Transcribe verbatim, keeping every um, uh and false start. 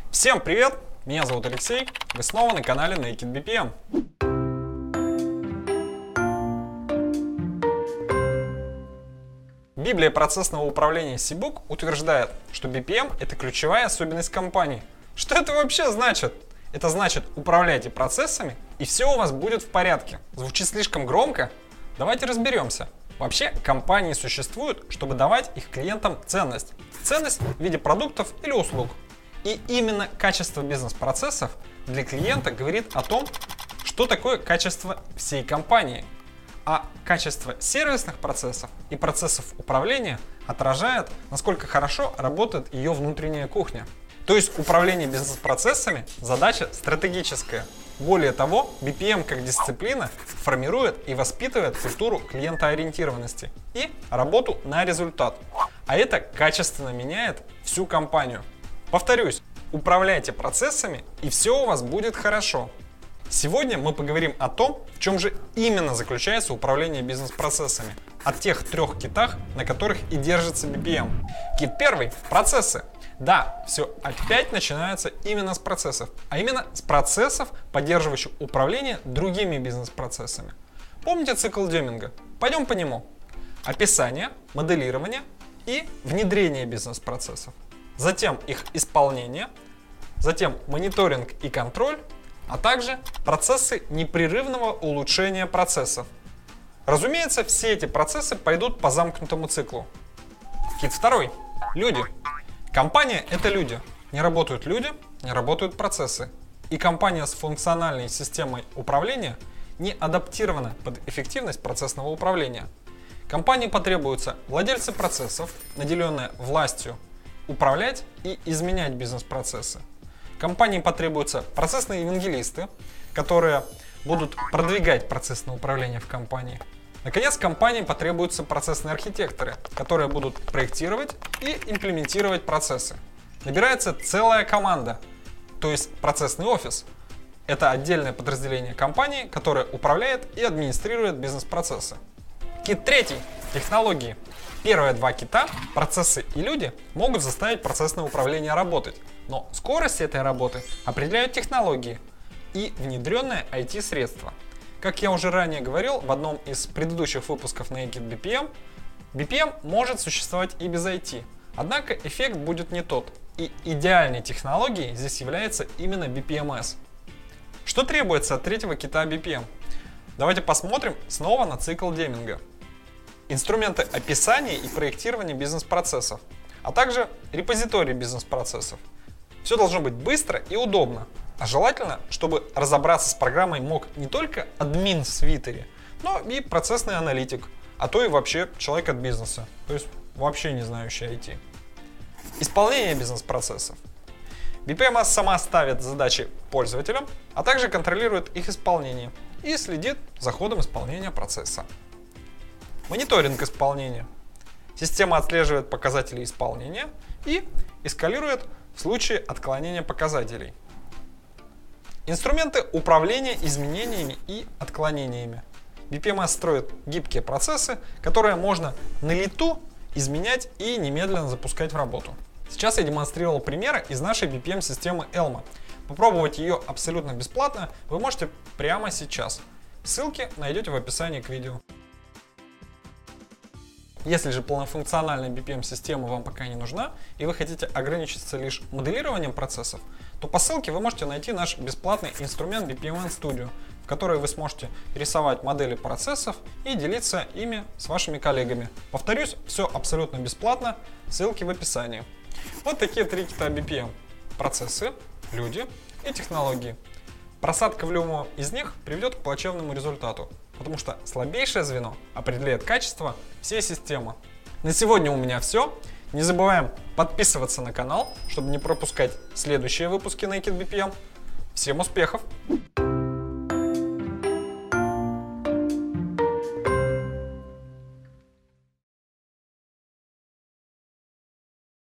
Всем привет! Меня зовут Алексей, вы снова на канале Naked би пи эм. Библия процессного управления Сибук утверждает, что би пи эм – это ключевая особенность компании. Что это вообще значит? Это значит, управляйте процессами, и все у вас будет в порядке. Звучит слишком громко? Давайте разберемся. Вообще, компании существуют, чтобы давать их клиентам ценность. Ценность в виде продуктов или услуг. И именно качество бизнес-процессов для клиента говорит о том, что такое качество всей компании. А качество сервисных процессов и процессов управления отражает, насколько хорошо работает ее внутренняя кухня. То есть управление бизнес-процессами – задача стратегическая. Более того, би пи эм как дисциплина формирует и воспитывает культуру клиентоориентированности и работу на результат. А это качественно меняет всю компанию. Повторюсь, управляйте процессами, и все у вас будет хорошо. Сегодня мы поговорим о том, в чем же именно заключается управление бизнес-процессами. О тех трех китах, на которых и держится би пи эм. Кит первый – процессы. Да, все опять начинается именно с процессов, а именно с процессов, поддерживающих управление другими бизнес-процессами. Помните цикл Деминга? Пойдем по нему. Описание, моделирование и внедрение бизнес-процессов. Затем их исполнение, затем мониторинг и контроль, а также процессы непрерывного улучшения процессов. Разумеется, все эти процессы пойдут по замкнутому циклу. Кит второй. Люди. Компания – это люди. Не работают люди, не работают процессы. И компания с функциональной системой управления не адаптирована под эффективность процессного управления. Компании потребуются владельцы процессов, наделенные властью управлять и изменять бизнес-процессы. Компании потребуются процессные евангелисты, которые будут продвигать процессное управление в компании. Наконец, компании потребуются процессные архитекторы, которые будут проектировать и имплементировать процессы. Набирается целая команда, то есть процессный офис. Это отдельное подразделение компании, которое управляет и администрирует бизнес-процессы. Кит третий – технологии. Первые два кита, процессы и люди, могут заставить процессное управление работать, но скорость этой работы определяют технологии и внедренные ай ти-средства. Как я уже ранее говорил в одном из предыдущих выпусков Naked би пи эм, би пи эм может существовать и без ай ти, однако эффект будет не тот, и идеальной технологией здесь является именно би пи эм эс. Что требуется от третьего кита би пи эм? Давайте посмотрим снова на цикл Деминга. Инструменты описания и проектирования бизнес-процессов, а также репозитории бизнес-процессов. Все должно быть быстро и удобно. А желательно, чтобы разобраться с программой мог не только админ в свитере, но и процессный аналитик, а то и вообще человек от бизнеса, то есть вообще не знающий ай ти. Исполнение бизнес-процессов. би пи эм эс сама ставит задачи пользователям, а также контролирует их исполнение и следит за ходом исполнения процесса. Мониторинг исполнения. Система отслеживает показатели исполнения и эскалирует в случае отклонения показателей. Инструменты управления изменениями и отклонениями. би пи эм эс строит гибкие процессы, которые можно на лету изменять и немедленно запускать в работу. Сейчас я демонстрировал примеры из нашей би пи эм-системы Elma. Попробовать ее абсолютно бесплатно вы можете прямо сейчас. Ссылки найдете в описании к видео. Если же полнофункциональная би пи эм-система вам пока не нужна, и вы хотите ограничиться лишь моделированием процессов, то по ссылке вы можете найти наш бесплатный инструмент би пи эм Studio, в который вы сможете рисовать модели процессов и делиться ими с вашими коллегами. Повторюсь, все абсолютно бесплатно, ссылки в описании. Вот такие три кита би пи эм. Процессы, люди и технологии. Просадка в любом из них приведет к плачевному результату, потому что слабейшее звено определяет качество всей системы. На сегодня у меня все. Не забываем подписываться на канал, чтобы не пропускать следующие выпуски Naked би пи эм. Всем успехов!